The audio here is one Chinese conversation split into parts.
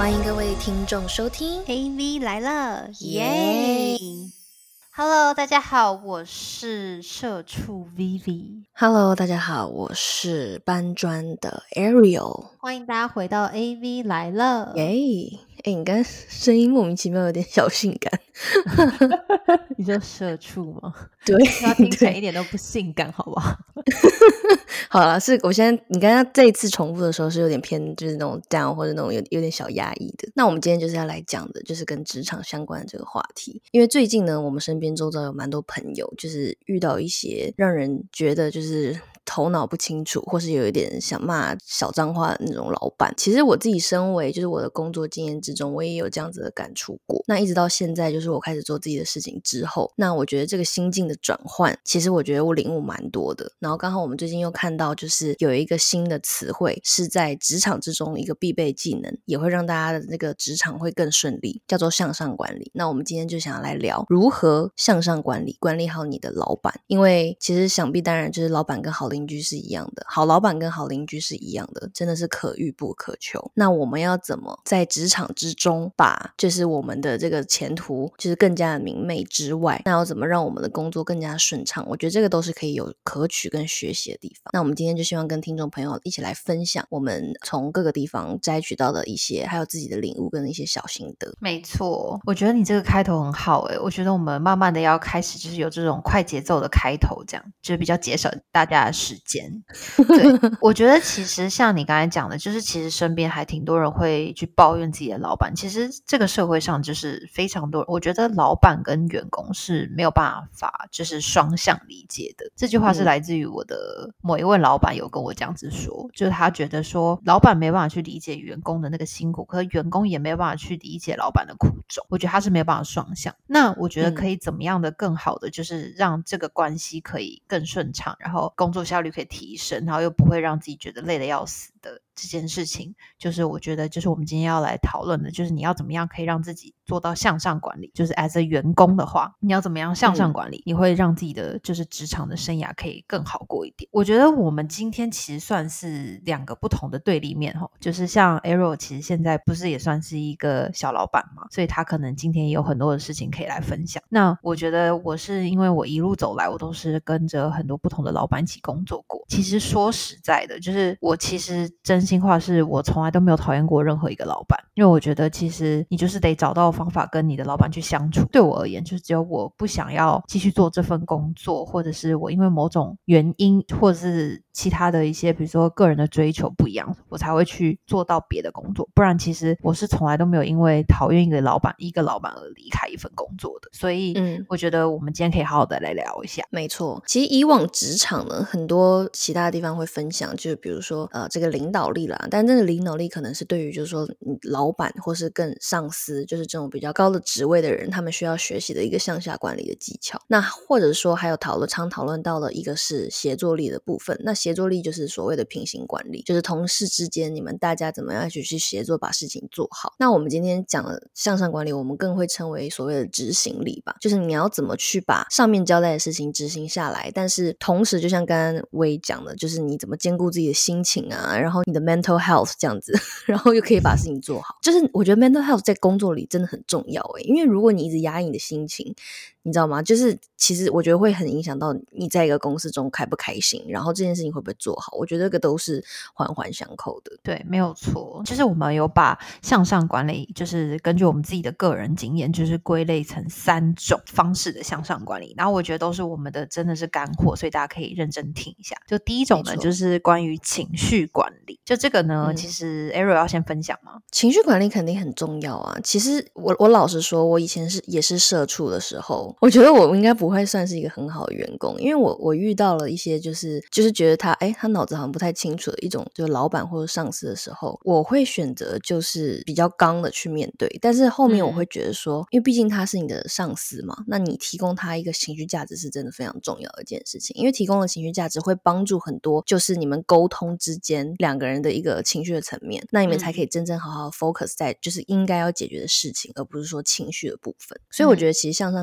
欢迎各位听众收听 AV 来了， 耶 ！Hello， 大家好，我是社畜 Vivi。 Hello， 大家好，我是搬砖的 Ariel。 欢迎大家回到 AV 来了。 耶！你刚声音莫名其妙有点小性感。 你说社畜吗？ 对， 他听起来一点都不性感，好不好？ 好啦，是我现在你刚刚这一次重复的时候是有点偏就是那种 down 或者那种有点小压抑的。那我们今天就是要来讲的就是跟职场相关的这个话题，因为最近呢我们身边周遭有蛮多朋友就是遇到一些让人觉得就是头脑不清楚或是有一点想骂小脏话的那种老板。其实我自己身为就是我的工作经验之中我也有这样子的感触过，那一直到现在就是我开始做自己的事情之后，那我觉得这个心境的转换其实我觉得我领悟蛮多的。然后刚好我们最近又看到就是有一个新的词汇是在职场之中一个必备技能，也会让大家的那个职场会更顺利，叫做向上管理。那我们今天就想要来聊如何向上管理，管理好你的老板。因为其实想必当然就是老板跟好邻居是一样的，好老板跟好邻居是一样的，真的是可遇不可求。那我们要怎么在职场之中把就是我们的这个前途就是更加的明媚之外，那要怎么让我们的工作更加顺畅，我觉得这个都是可以有可取跟学习的地方。那我们今天就希望跟听众朋友一起来分享我们从各个地方摘取到的一些还有自己的领悟跟一些小心得。 没错，我觉得你这个开头很好我觉得我们慢慢的要开始就是有这种快节奏的开头，这样就比较节省大家的时间。对，我觉得其实像你刚才讲的，就是其实身边还挺多人会去抱怨自己的老板。其实这个社会上就是非常多人，我觉得老板跟员工是没有办法就是双向理解的。这句话是来自于我的某一位老板有跟我这样子说，就是他觉得说老板没办法去理解员工的那个辛苦，可是员工也没有办法去理解老板的苦衷。我觉得他是没有办法双向。那我觉得可以怎么样的更好的就是让这个关系可以更顺畅，然后工作效率可以提升，然后又不会让自己觉得累得要死的这件事情，就是我觉得就是我们今天要来讨论的，就是你要怎么样可以让自己做到向上管理。就是 as a 员工的话，你要怎么样向上管理，你会让自己的就是职场的生涯可以更好过一点。我觉得我们今天其实算是两个不同的对立面就是像 Ariel 其实现在不是也算是一个小老板嘛，所以他可能今天也有很多的事情可以来分享。那我觉得我是因为我一路走来我都是跟着很多不同的老板一起工作过，其实说实在的，就是我其实真心话是我从来都没有讨厌过任何一个老板，因为我觉得其实你就是得找到方法跟你的老板去相处。对我而言，就是只有我不想要继续做这份工作，或者是我因为某种原因或者是其他的一些比如说个人的追求不一样，我才会去做到别的工作。不然其实我是从来都没有因为讨厌一个老板而离开一份工作的。所以我觉得我们今天可以好好的来聊一下。 没错，其实以往职场呢很多其他地方会分享，就是比如说这个领导力啦，但这个领导力可能是对于就是说老板或是更上司，就是这种比较高的职位的人，他们需要学习的一个向下管理的技巧。那或者说还有常讨论到的一个是协作力的部分，那协作力就是所谓的平行管理，就是同事之间你们大家怎么样去协作把事情做好。那我们今天讲的向上管理，我们更会称为所谓的执行力吧，就是你要怎么去把上面交代的事情执行下来，但是同时就像刚刚薇讲的，就是你怎么兼顾自己的心情啊，然后你的 mental health 这样子，然后又可以把事情做好。就是我觉得 mental health 在工作里真的很重要因为如果你一直压抑你的心情，你知道吗？就是其实我觉得会很影响到你在一个公司中开不开心，然后这件事情会不会做好，我觉得这个都是环环相扣的。 对，没有错。就是我们有把向上管理就是根据我们自己的个人经验就是归类成3种方式的向上管理，然后我觉得都是我们的真的是干货，所以大家可以认真听一下。就第一种呢就是关于情绪管理，就这个呢其实 Ariel 要先分享吗？ 情绪管理肯定很重要啊。其实我老实说，我以前也是社畜的时候，我觉得我应该不会算是一个很好的员工，因为我遇到了一些就是觉得他脑子好像不太清楚的一种就是老板或者上司的时候，我会选择就是比较刚的去面对。但是后面我会觉得说因为毕竟他是你的上司嘛，那你提供他一个情绪价值是真的非常重要的一件事情，因为提供了情绪价值会帮助很多就是你们沟通之间两个人的一个情绪的层面，那你们才可以真正好好 focus 在就是应该要解决的事情，而不是说情绪的部分。所以我觉得其实向上管理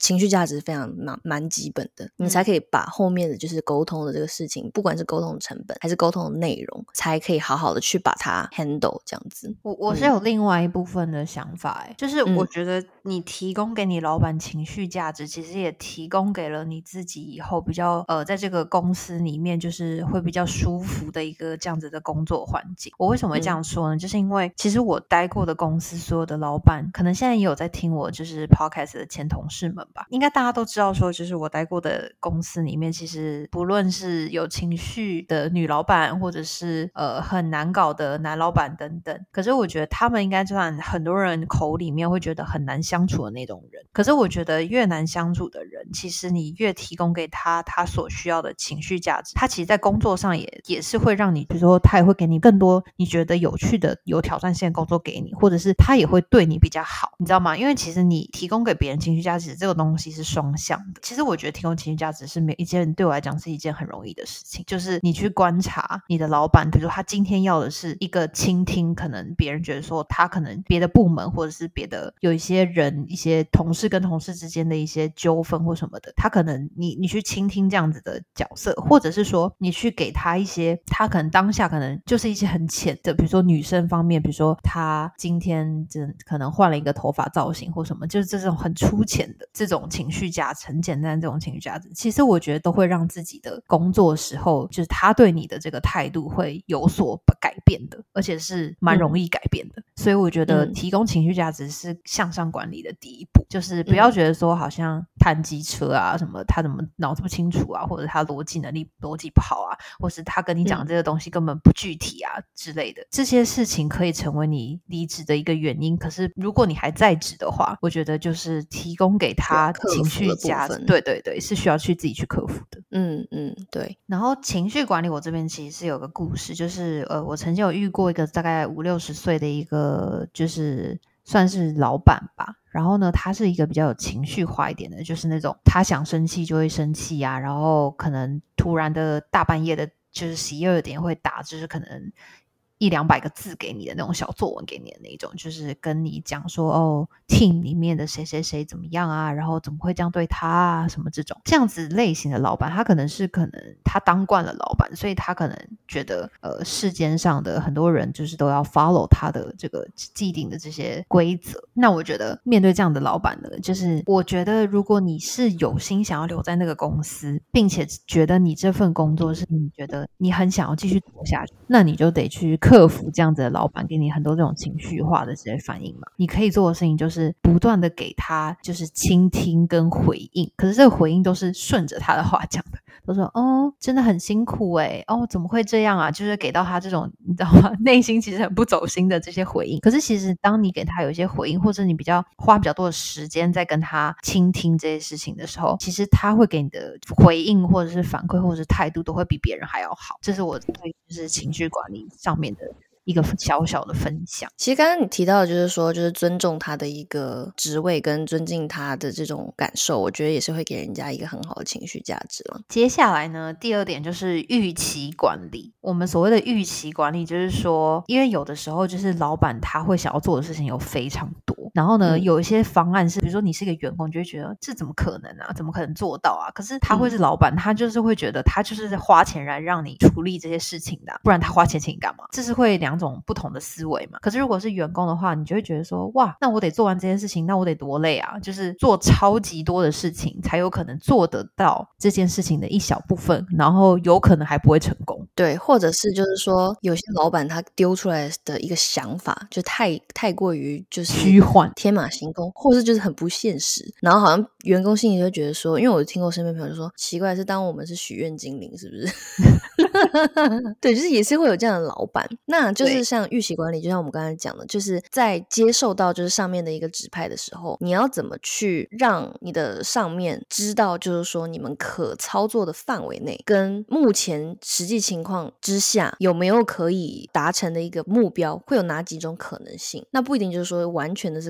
情绪价值非常蛮基本的，你才可以把后面的就是沟通的这个事情，不管是沟通的成本还是沟通的内容，才可以好好的去把它 handle 这样子。 我是有另外一部分的想法就是我觉得你提供给你老板情绪价值，其实也提供给了你自己以后比较在这个公司里面就是会比较舒服的一个这样子的工作环境。我为什么会这样说呢？就是因为其实我待过的公司所有的老板，可能现在也有在听我就是 podcast 的前同事们吧，应该大家都知道说，就是我待过的公司里面，其实不论是有情绪的女老板，或者是很难搞的男老板等等，可是我觉得他们应该算很多人口里面会觉得很难相处的那种人。可是我觉得越难相处的人，其实你越提供给他所需要的情绪价值，他其实在工作上也是会让你，比如说他也会给你更多你觉得有趣的有挑战性的工作给你，或者是他也会对你比较好，你知道吗？因为其实你提供给别人情绪价值这个东西是双向的。其实我觉得提供情绪价值是对我来讲是一件很容易的事情，就是你去观察你的老板，比如说他今天要的是一个倾听，可能别人觉得说他可能别的部门或者是别的有一些人一些同事跟同事之间的一些纠纷或什么的，他可能你去倾听这样子的角色，或者是说你去给他一些他可能当下可能就是一些很浅的，比如说女生方面，比如说他今天可能换了一个头发造型或什么，就是这种很粗浅的这种情绪价值，很简单的这种情绪价值，其实我觉得都会让自己的工作时候就是他对你的这个态度会有所改变的，而且是蛮容易改变的。所以我觉得提供情绪价值是向上管理的第一步，就是不要觉得说好像弹机车啊什么他怎么脑子不清楚啊，或者他逻辑不好啊，或是他跟你讲这个东西根本不具体啊之类的，这些事情可以成为你离职的一个原因。可是如果你还在职的话，我觉得就是提供给他情绪价值，对对对，是需要去自己去克服的。 对。 然后情绪管理我这边其实是有个故事，就是我曾经有遇过一个大概50-60岁的一个就是算是老板吧，然后呢他是一个比较有情绪化一点的，就是那种他想生气就会生气啊，然后可能突然的大半夜的就是12点会打就是可能100-200个字给你的那种小作文给你的那种，就是跟你讲说team 里面的谁谁谁怎么样啊，然后怎么会这样对他啊什么这样子类型的老板，他可能他当惯了老板，所以他可能觉得世间上的很多人就是都要 follow 他的这个既定的这些规则。那我觉得面对这样的老板呢，就是我觉得如果你是有心想要留在那个公司，并且觉得你这份工作是你觉得你很想要继续做下去，那你就得去克服这样子的老板给你很多这种情绪化的这些反应嘛。你可以做的事情就是不断的给他就是倾听跟回应，可是这个回应都是顺着他的话讲的，都说真的很辛苦怎么会这样啊，就是给到他这种你知道吗，内心其实很不走心的这些回应。可是其实当你给他有一些回应，或者你花比较多的时间在跟他倾听这些事情的时候，其实他会给你的回应或者是反馈或者是态度都会比别人还要好。这是我对就是情绪管理上面的一个小小的分享。 其实刚刚你提到的就是说就是尊重他的一个职位跟尊敬他的这种感受，我觉得也是会给人家一个很好的情绪价值了。 接下来呢，第二点就是预期管理。我们所谓的预期管理就是说，因为有的时候就是老板他会想要做的事情有非常多，然后呢有一些方案是比如说你是一个员工，你就会觉得这怎么可能啊，怎么可能做到啊，可是他会是老板，他就是会觉得他就是花钱来让你处理这些事情的，不然他花钱请你干嘛？这是会两种不同的思维嘛。可是如果是员工的话，你就会觉得说哇，那我得做完这件事情，那我得多累啊，就是做超级多的事情才有可能做得到这件事情的一小部分，然后有可能还不会成功。 对，或者是就是说有些老板他丢出来的一个想法就太过于就是虚幻天马行空，或是就是很不现实，然后好像员工心里就觉得说，因为我听过身边朋友就说奇怪，是当我们是许愿精灵是不是对，就是也是会有这样的老板。那就是像预期管理，就像我们刚才讲的，就是在接受到就是上面的一个指派的时候，你要怎么去让你的上面知道就是说你们可操作的范围内跟目前实际情况之下有没有可以达成的一个目标，会有哪几种可能性。那不一定就是说完全的是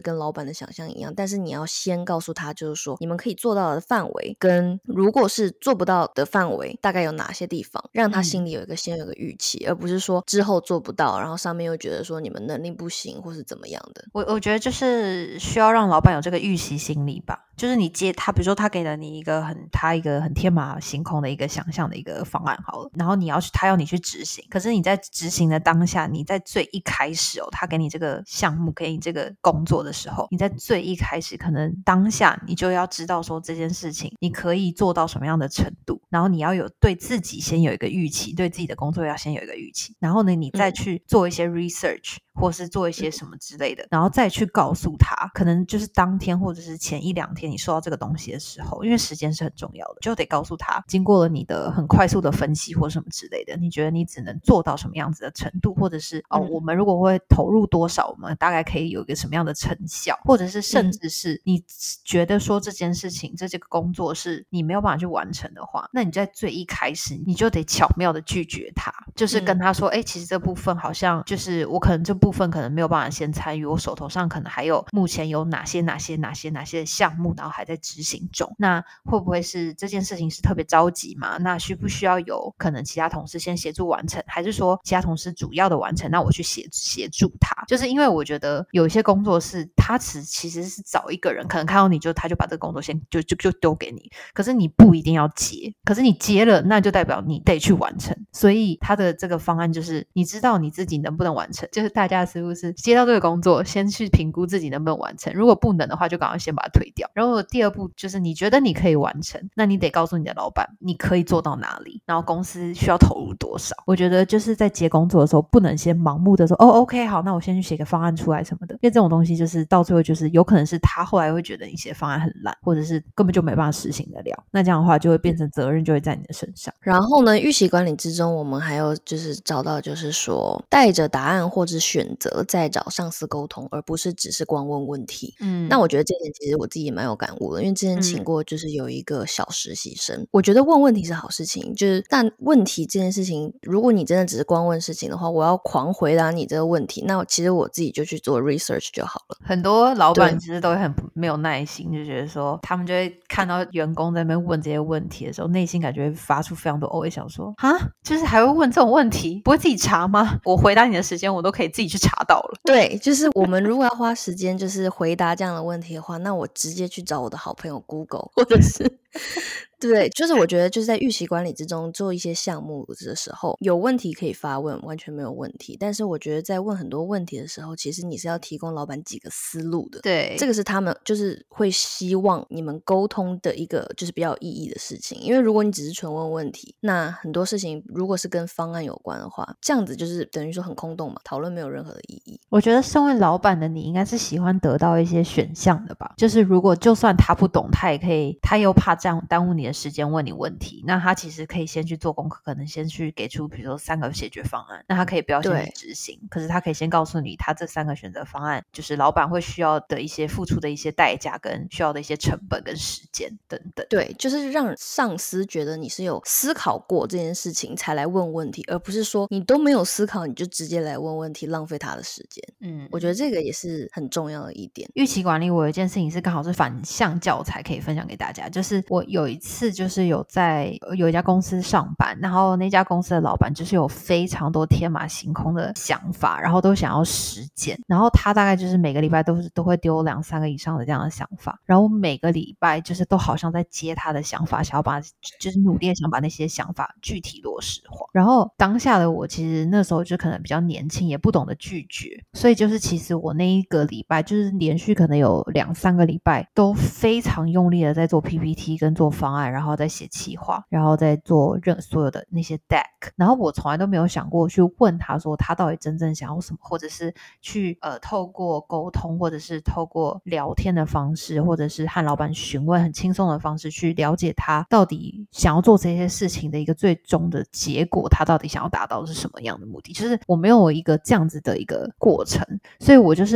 跟老板的想象一样，但是你要先告诉他，就是说你们可以做到的范围跟如果是做不到的范围大概有哪些地方，让他心里先有个预期，而不是说之后做不到，然后上面又觉得说你们能力不行或是怎么样的。 我觉得就是需要让老板有这个预期心理吧，就是你接他，比如说他给了你一个很天马行空的一个想象的一个方案好了，然后他要你去执行，可是你在执行的当下，你在最一开始他给你这个项目给你这个工作的时候，你在最一开始可能当下你就要知道说这件事情你可以做到什么样的程度，然后你要有对自己先有一个预期，对自己的工作要先有一个预期，然后呢你再去做一些 research或是做一些什么之类的，然后再去告诉他，可能就是当天或者是前1-2天你收到这个东西的时候，因为时间是很重要的，就得告诉他经过了你的很快速的分析或什么之类的，你觉得你只能做到什么样子的程度，或者是我们如果会投入多少，我们大概可以有一个什么样的成效，或者是甚至是你觉得说这件事情这个工作是你没有办法去完成的话，那你在最一开始你就得巧妙的拒绝他，就是跟他说其实这部分好像就是我可能这部分可能没有办法先参与，我手头上可能还有目前有哪些的项目，然后还在执行中，那会不会是这件事情是特别着急嘛？那需不需要有可能其他同事先协助完成，还是说其他同事主要的完成，那我去协助他？就是因为我觉得有一些工作是他其实是找一个人，可能看到你他就把这个工作先就丢给你，可是你不一定要接，可是你接了那就代表你得去完成，所以他的这个方案就是你知道你自己能不能完成，就是大家是不是接到这个工作先去评估自己能不能完成，如果不能的话就赶快先把它推掉，然后第二步就是你觉得你可以完成，那你得告诉你的老板你可以做到哪里，然后公司需要投入多少。我觉得就是在接工作的时候不能先盲目的说OK 好，那我先去写个方案出来什么的，因为这种东西就是到最后就是有可能是他后来会觉得你写方案很烂，或者是根本就没办法实行得了，那这样的话就会变成责任就会在你的身上。 然后呢，预期管理之中我们还有就是找到就是说带着答案或者选择再找上司沟通，而不是只是光问问题。那我觉得这点其实我自己也蛮有感悟的，因为之前请过就是有一个小实习生，我觉得问问题是好事情，就是但问题这件事情如果你真的只是光问事情的话，我要狂回答你这个问题，那其实我自己就去做 research 就好了。 很多老板其实都会很没有耐心，就觉得说他们就会看到员工在那边问这些问题的时候，内心感觉会发出非常多OS，想说就是还会问这种问题，不会自己查吗？我回答你的时间我都可以自己去查到了。 对，就是我们如果要花时间就是回答这样的问题的话，那我直接去找我的好朋友 Google 或者是对，就是我觉得就是在预期管理之中做一些项目的时候，有问题可以发问，完全没有问题，但是我觉得在问很多问题的时候，其实你是要提供老板几个思路的。 对， 这个是他们就是会希望你们沟通的一个就是比较有意义的事情，因为如果你只是纯问问题，那很多事情如果是跟方案有关的话，这样子就是等于说很空洞嘛，讨论没有任何的意义。 我觉得身为老板的你应该是喜欢得到一些选项的吧，就是如果就算他不懂，他又怕这样耽误你的时间问你问题，那他其实可以先去做功课，可能先去给出比如说3个解决方案，那他可以不要先去执行，可是他可以先告诉你他这3个选择方案就是老板会需要的一些付出的一些代价跟需要的一些成本跟时间等等。 对，就是让上司觉得你是有思考过这件事情才来问问题，而不是说你都没有思考你就直接来问问题，浪费他的时间。我觉得这个也是很重要的一点。 预期管理我有一件事情是刚好是反向教材可以分享给大家，就是我有一次就是有一家公司上班，然后那家公司的老板就是有非常多天马行空的想法，然后都想要实践，然后他大概就是每个礼拜都会丢2-3个以上的这样的想法，然后每个礼拜就是都好像在接他的想法，想要把就是努力的想把那些想法具体落实化。然后当下的我其实那时候就可能比较年轻，也不懂得拒绝，所以就是其实我那一个礼拜就是连续可能有2-3个礼拜都非常用力的在做 PPT 跟做方案，然后在写企划，然后在做所有的那些 deck， 然后我从来都没有想过去问他说他到底真正想要什么，或者是去透过沟通，或者是透过聊天的方式，或者是和老板询问很轻松的方式去了解他到底想要做这些事情的一个最终的结果，他到底想要达到的是什么样的目的，就是我没有一个这样子的一个过程，所以我就是很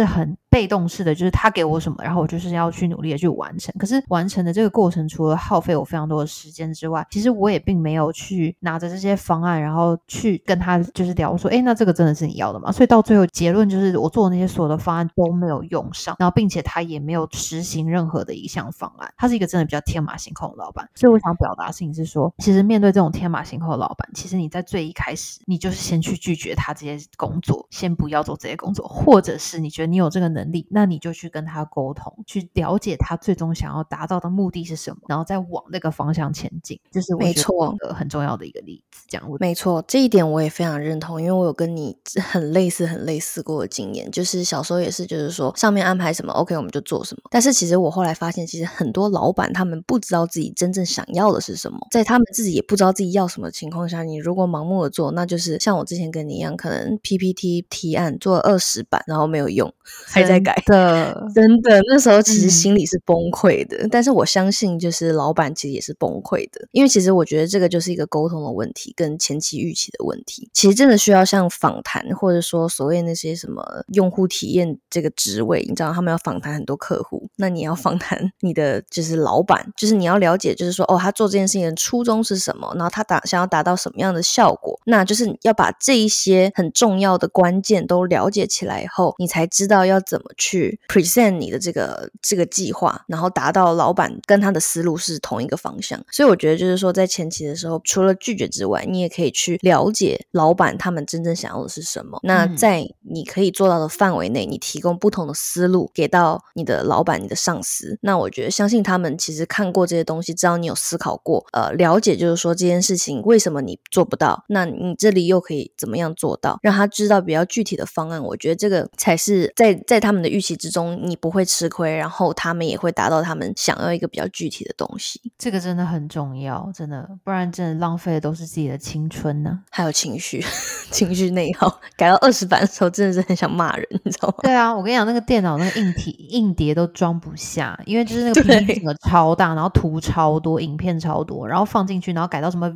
被动式的，就是他给我什么，然后我就是要去努力的去完成。可是完成的这个过程，除了耗费我非常多的时间之外，其实我也并没有去拿着这些方案，然后去跟他就是聊说，那这个真的是你要的吗？所以到最后结论就是我做的那些所有的方案都没有用上，然后并且他也没有实行任何的一项方案。他是一个真的比较天马行空的老板。所以我想表达的事情是说，其实面对这种天马行空的老板，其实你在最一开始你就是先去拒绝他这些工作，先不要做这些工作，或者是你觉得你有这个能力，那你就去跟他沟通，去了解他最终想要达到的目的是什么，然后再往那个方向前进。就是我觉得很重要的一个例子。这样没错，这一点我也非常认同，因为我有跟你很类似过的经验，就是小时候也是，就是说上面安排什么 OK 我们就做什么。但是其实我后来发现，其实很多老板他们不知道自己真正想要的是什么，在他们自己也不知道自己要什么的情况下，你如果盲目的做，那就是像我之前跟你一样，可能 PPT 提案做了20版然后没有用，还在改。真的那时候其实心里是崩溃的。但是我相信就是老板其实也是崩溃的，因为其实我觉得这个就是一个沟通的问题跟前期预期的问题。其实真的需要像访谈，或者说所谓那些什么用户体验这个职位，你知道他们要访谈很多客户，那你要访谈你的就是老板，就是你要了解就是说他做这件事情的初衷是什么，然后他想要达到什么样的效果，那就是要把这一些很重要的关键都了解起来以后，你才知道要怎么去 present 你的这个计划，然后达到老板跟他的思路是同一个方向。所以我觉得就是说在前期的时候，除了拒绝之外，你也可以去了解老板他们真正想要的是什么，那在你可以做到的范围内，你提供不同的思路给到你的老板你的上司，那我觉得相信他们其实看过这些东西，知道你有思考过，了解就是说这件事情为什么你做不到，那你这里又可以怎么样做到，让他知道比较具体的方案。我觉得这个才是在他们的预期之中，你不会吃亏，然后他们也会达到他们想要一个比较具体的东西。 这个真的很重要，真的，不然真的浪费的都是自己的青春呢。 还有情绪内耗，改到20版的时候真的是很想骂人，你知道吗？ 对啊，我跟你讲，那个电脑那个硬碟都装不下，因为就是那个 PPT 整个超大，然后图超多，影片超多，然后放进去，然后改到什么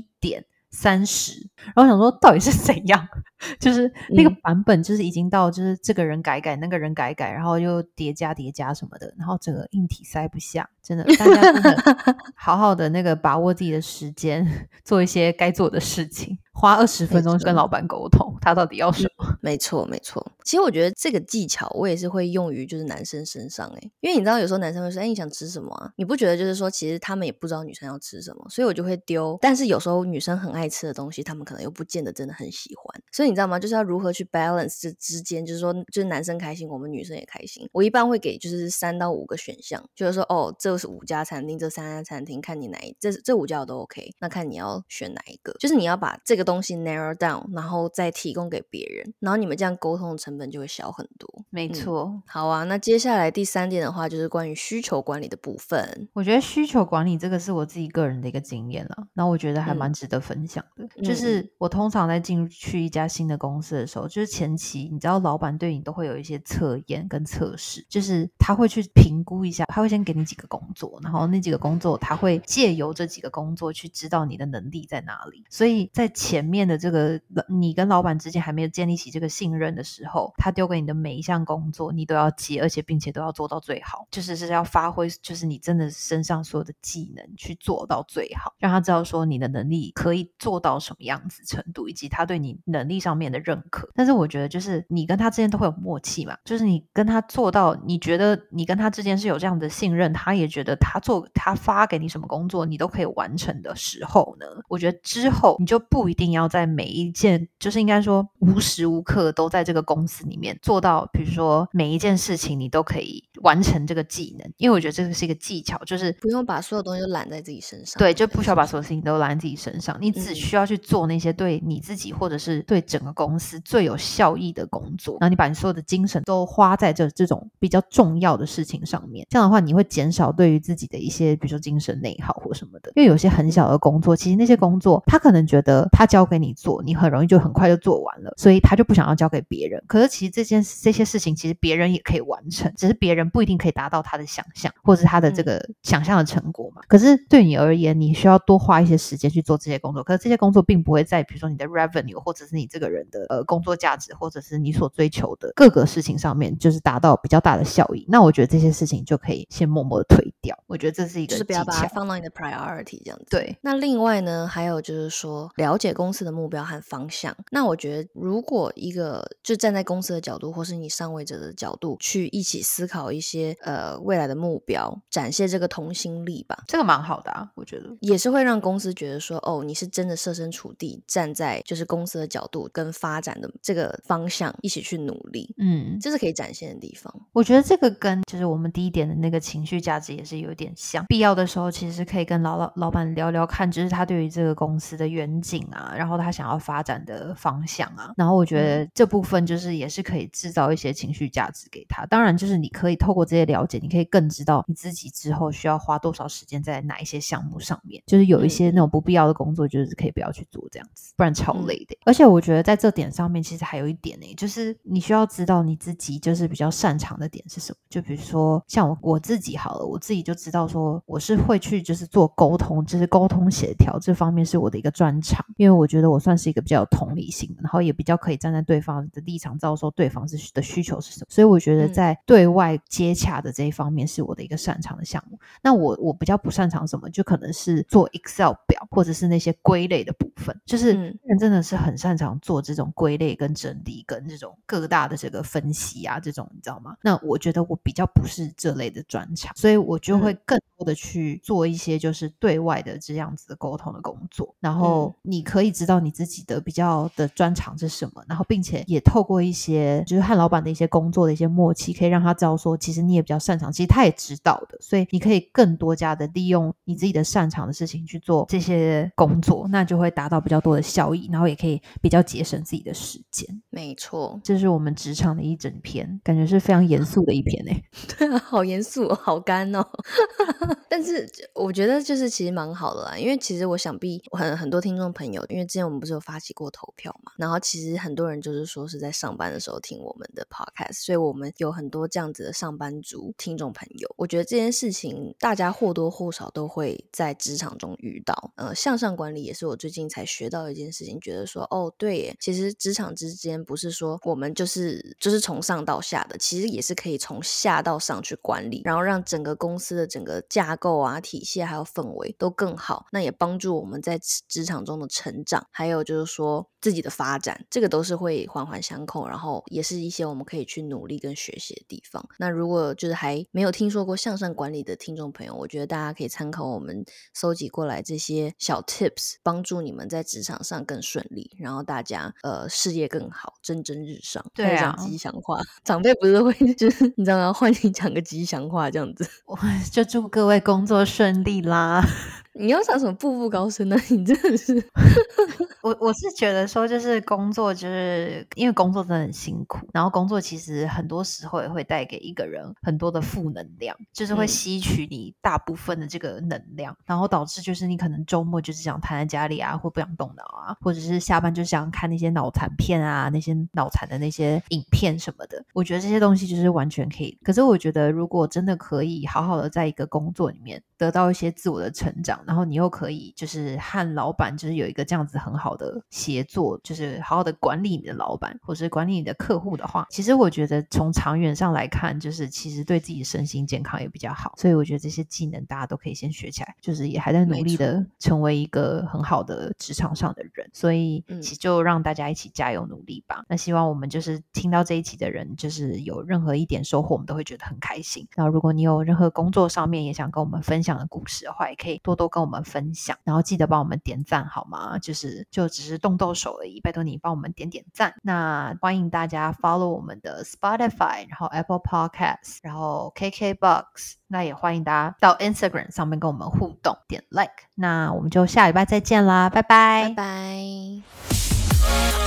V.30，然后想说到底是怎样，就是那个版本就是已经到就是这个人改那个人改，然后又叠加什么的，然后整个硬体塞不下。真的，大家真的好好的那个把握自己的时间，做一些该做的事情，花20分钟跟老板沟通他到底要什么。 没错。其实我觉得这个技巧我也是会用于就是男生身上因为你知道有时候男生会说你想吃什么啊？你不觉得就是说其实他们也不知道女生要吃什么，所以我就会丢，但是有时候女生很爱吃的东西他们可能又不见得真的很喜欢，所以你知道吗，就是要如何去 balance 这之间，就是说就是男生开心我们女生也开心。我一般会给就是3到5个选项，就是说这是5家餐厅，这3家餐厅，看你哪这5家我都 OK， 那看你要选哪一个，就是你要把这个东西 narrow down， 然后再提供给别人，然后你们这样沟通的成本就会小很多。 没错。 好啊，那接下来第3点的话就是关于需求管理的部分。 我觉得需求管理这个是我自己个人的一个经验啦，然后我觉得还蛮值得分享的。就是我通常在进去一家新的公司的时候，就是前期你知道老板对你都会有一些测验跟测试，就是他会去评估一下，他会先给你几个工作，然后那几个工作他会借由这几个工作去知道你的能力在哪里。所以在前面的这个你跟老板之间还没有建立起这个信任的时候，他丢给你的每一项工作你都要接，而且并且都要做到最好，就是要发挥就是你真的身上所有的技能去做到最好，让他知道说你的能力可以做到什么样子程度，以及他对你能力上面的认可。但是我觉得就是你跟他之间都会有默契嘛，就是你跟他做到你觉得你跟他之间是有这样的信任，他也觉得他发给你什么工作你都可以完成的时候呢，我觉得之后你就不一定要在每一件，就是应该说无时无刻都在这个公司里面做到，比如说每一件事情你都可以完成这个技能，因为我觉得这个是一个技巧，就是不用把所有东西都揽在自己身上。 对，就不需要把所有事情都揽在自己身上，你只需要去做那些对你自己或者是对整个公司最有效益的工作，然后你把你所有的精神都花在这种比较重要的事情上面，这样的话你会减少对于自己的一些比如说精神内耗或什么的。因为有些很小的工作，其实那些工作他可能觉得他交给你做，你很容易就很快就做完了，所以他就不想要交给别人。可是其实这些事情其实别人也可以完成，只是别人人不一定可以达到他的想象或者是他的这个想象的成果嘛。可是对你而言，你需要多花一些时间去做这些工作，可是这些工作并不会在比如说你的 revenue 或者是你这个人的工作价值或者是你所追求的各个事情上面就是达到比较大的效益，那我觉得这些事情就可以先默默的推掉。我觉得这是一个技巧， 就是不要把它放到你的 priority 这样子。 对， 那另外呢，还有就是说了解公司的目标和方向。那我觉得如果一个就站在公司的角度或是你上位者的角度去一起思考一些未来的目标，展现这个同心力吧， 这个蛮好的啊，我觉得也是会让公司觉得说哦，你是真的设身处地站在就是公司的角度跟发展的这个方向一起去努力，这是可以展现的地方。 我觉得这个跟就是我们第一点的那个情绪价值也是有点像，必要的时候其实可以跟老板聊聊看，就是他对于这个公司的远景啊，然后他想要发展的方向啊，然后我觉得这部分就是也是可以制造一些情绪价值给他。当然就是你可以透过这些了解，你可以更知道你自己之后需要花多少时间在哪一些项目上面，就是有一些那种不必要的工作就是可以不要去做这样子，不然超累的。而且我觉得在这点上面其实还有一点就是你需要知道你自己就是比较擅长的点是什么。就比如说像我自己好了，我自己就知道说我是会去就是做沟通，就是沟通协调这方面是我的一个专长，因为我觉得我算是一个比较有同理心的，然后也比较可以站在对方的立场知道说对方的需求是什么，所以我觉得在对外接洽的这一方面是我的一个擅长的项目。那我比较不擅长什么，就可能是做 Excel 表或者是那些归类的部分，就是人真的是很擅长做这种归类跟整理跟这种各大的这个分析啊这种，你知道吗？那我觉得我比较不是这类的专长，所以我就会更多的去做一些就是对外的这样子的沟通的工作，然后你可以知道你自己的比较的专长是什么，然后并且也透过一些就是和老板的一些工作的一些默契，可以让他知道说其实你也比较擅长，其实他也知道的，所以你可以更多加的利用你自己的擅长的事情去做这些工作，那就会达到比较多的效益，然后也可以比较节省自己的时间。 没错， 这是我们职场的一整篇，感觉是非常严肃的一篇对啊，好严肃哦，好干哦但是我觉得就是其实蛮好的啦，因为其实我想必很多听众朋友，因为之前我们不是有发起过投票嘛，然后其实很多人就是说是在上班的时候听我们的 podcast， 所以我们有很多这样子的上班族听众朋友。我觉得这件事情大家或多或少都会在职场中遇到，向上管理也是我最近才学到的一件事情，觉得说哦对耶，其实职场之间不是说我们就是从上到下的，其实也是可以从下到上去管理，然后让整个公司的整个架构啊体系还有氛围都更好，那也帮助我们在职场中的成长，还有就是说自己的发展，这个都是会环环相扣，然后也是一些我们可以去努力跟学习的地方。那如果就是还没有听说过向上管理的听众朋友，我觉得大家可以参考我们搜集过来这些小 tips， 帮助你们在职场上更顺利，然后大家事业更好，蒸蒸日上。 对啊， 讲吉祥话，长辈不是会就是你知道吗？换你讲个吉祥话这样子， 我就祝各位工作顺利啦。 你要讲什么步步高升呢？你真的是我是觉得说就是工作就是因为工作真的很辛苦，然后工作其实很多时候也会带给一个人很多的负能量，就是会吸取你大部分的这个能量，然后导致就是你可能周末就是想瘫在家里啊，或不想动脑啊，或者是下班就想看那些脑残片啊，那些脑残的那些影片什么的。我觉得这些东西就是完全可以，可是我觉得如果真的可以好好的在一个工作里面得到一些自我的成长，然后你又可以就是和老板就是有一个这样子很好的协作，就是好好的管理你的老板或是管理你的客户的话，其实我觉得从长远上来看，就是其实对自己的身心健康也比较好。所以我觉得这些技能大家都可以先学起来，就是也还在努力的成为一个很好的职场上的人，所以其实就让大家一起加油努力吧。那希望我们就是听到这一期的人就是有任何一点收获，我们都会觉得很开心。然后如果你有任何工作上面也想跟我们分享的故事的话，也可以多多跟我们分享，然后记得帮我们点赞好吗？就只是动动手而已，拜托你帮我们点点赞。那欢迎大家 follow 我们的 Spotify， 然后 Apple Podcast， 然后 KKBox， 那也欢迎大家到 Instagram 上面跟我们互动点 like。那我们就下礼拜再见啦，拜拜， 拜拜。